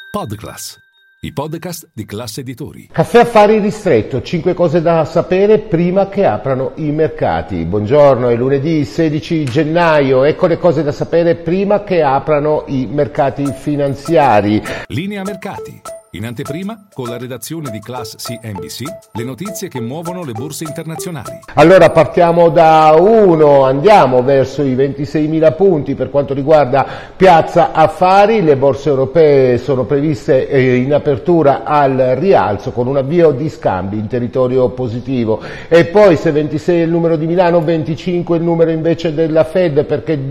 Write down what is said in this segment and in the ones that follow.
Podclass, i podcast di Class Editori. Caffè Affari Ristretto, 5 cose da sapere prima che aprano i mercati. Buongiorno, è lunedì 16 gennaio, ecco le cose da sapere prima che aprano i mercati finanziari. Linea mercati. In anteprima, con la redazione di Class CNBC, le notizie che muovono le borse internazionali. Allora partiamo da 1, andiamo verso i 26.000 punti per quanto riguarda Piazza Affari. Le borse europee sono previste in apertura al rialzo con un avvio di scambi in territorio positivo. E poi se 26 è il numero di Milano, 25 è il numero invece della Fed, perché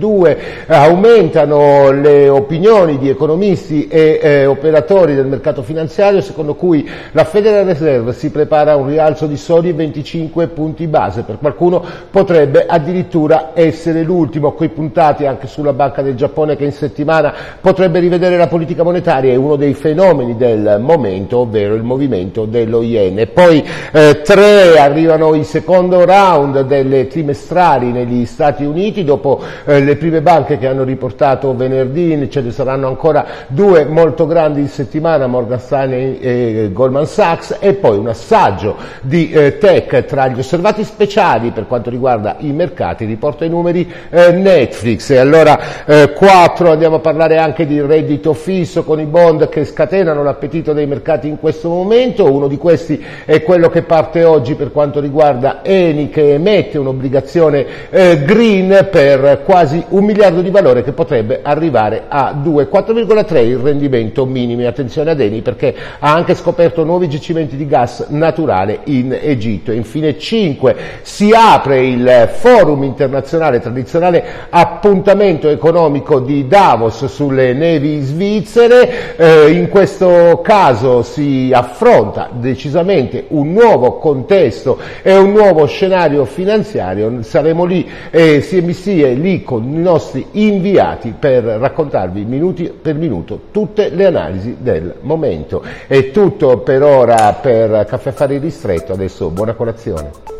aumentano le opinioni di economisti e operatori del mercato finanziario secondo cui la Federal Reserve si prepara a un rialzo di soli 25 punti base. Per qualcuno potrebbe addirittura essere l'ultimo, coi puntati anche sulla Banca del Giappone che in settimana potrebbe rivedere la politica monetaria e uno dei fenomeni del momento, ovvero il movimento dello yen. E poi 3 arrivano il secondo round delle trimestrali negli Stati Uniti, dopo le prime banche che hanno riportato venerdì, ce ne saranno ancora 2 molto grandi in settimana, Morgan Stanley e Goldman Sachs, e poi un assaggio di tech tra gli osservati speciali per quanto riguarda i mercati, riporta i numeri Netflix. E allora 4 andiamo a parlare anche di reddito fisso con i bond che scatenano l'appetito dei mercati in questo momento. Uno di questi è quello che parte oggi per quanto riguarda Eni, che emette un'obbligazione green per quasi 1 miliardo di valore che potrebbe arrivare a 4,3 il rendimento minimo. Attenzione ad Eni perché ha anche scoperto nuovi giacimenti di gas naturale in Egitto. E infine 5 si apre il forum internazionale, tradizionale appuntamento economico di Davos sulle nevi svizzere. In questo caso si affronta decisamente un nuovo contesto e un nuovo scenario finanziario. Saremo lì, CNBC è lì con i nostri inviati per raccontarvi minuto per minuto tutte le analisi del momento. È tutto per ora per Caffè Affari Ristretto, adesso buona colazione.